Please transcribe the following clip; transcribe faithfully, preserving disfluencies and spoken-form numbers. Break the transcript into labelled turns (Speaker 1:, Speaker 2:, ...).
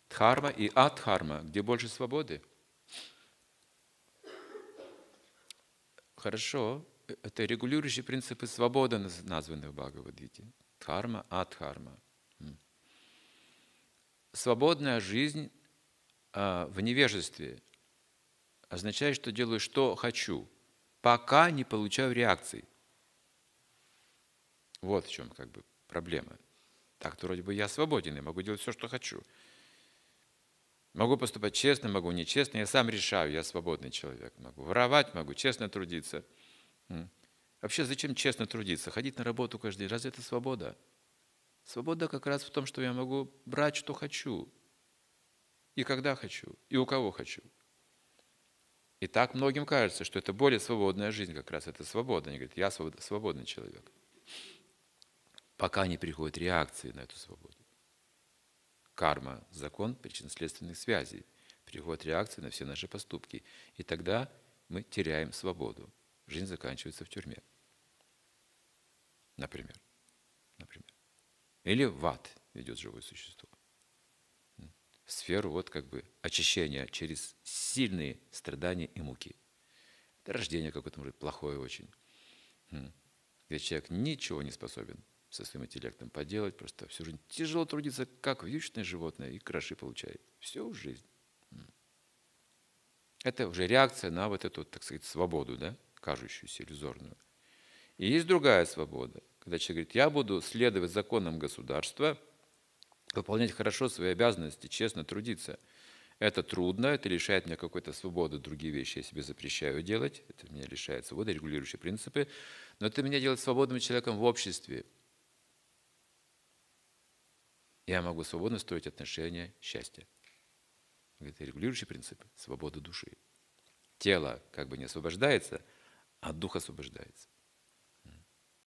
Speaker 1: Дхарма и адхарма, где больше свободы. Хорошо, это регулирующие принципы свободы, названы в Бхагавад-гите. Дхарма, адхарма. Свободная жизнь а, в невежестве означает, что делаю, что хочу, пока не получаю реакции. Вот в чем как бы проблема. Так-то вроде бы я свободен, я могу делать все, что хочу. Могу поступать честно, могу нечестно, я сам решаю, я свободный человек. Могу воровать, могу честно трудиться. Вообще, зачем честно трудиться? Ходить на работу каждый день, разве это свобода? Свобода как раз в том, что я могу брать, что хочу, и когда хочу, и у кого хочу. И так многим кажется, что это более свободная жизнь, как раз это свобода. Они говорят, я свободный человек. Пока не приходят реакции на эту свободу. Карма, закон причинно-следственных связей. Приходят реакции на все наши поступки. И тогда мы теряем свободу. Жизнь заканчивается в тюрьме. Например. Например. Или в ад ведет живое существо. В сферу вот как бы очищения через сильные страдания и муки. Это рождение какое-то, может, плохое очень. Где человек ничего не способен со своим интеллектом поделать, просто всю жизнь тяжело трудится, как вьючное животное, и гроши получает. Всю жизнь. Это уже реакция на вот эту, так сказать, свободу, да, кажущуюся иллюзорную. И есть другая свобода, когда человек говорит, я буду следовать законам государства, выполнять хорошо свои обязанности, честно трудиться. Это трудно, это лишает меня какой-то свободы, другие вещи я себе запрещаю делать, это меня лишает свободы, регулирующие принципы, но это меня делает свободным человеком в обществе. Я могу свободно строить отношения счастья. Это регулирующие принципы, свобода души. Тело как бы не освобождается, а дух освобождается.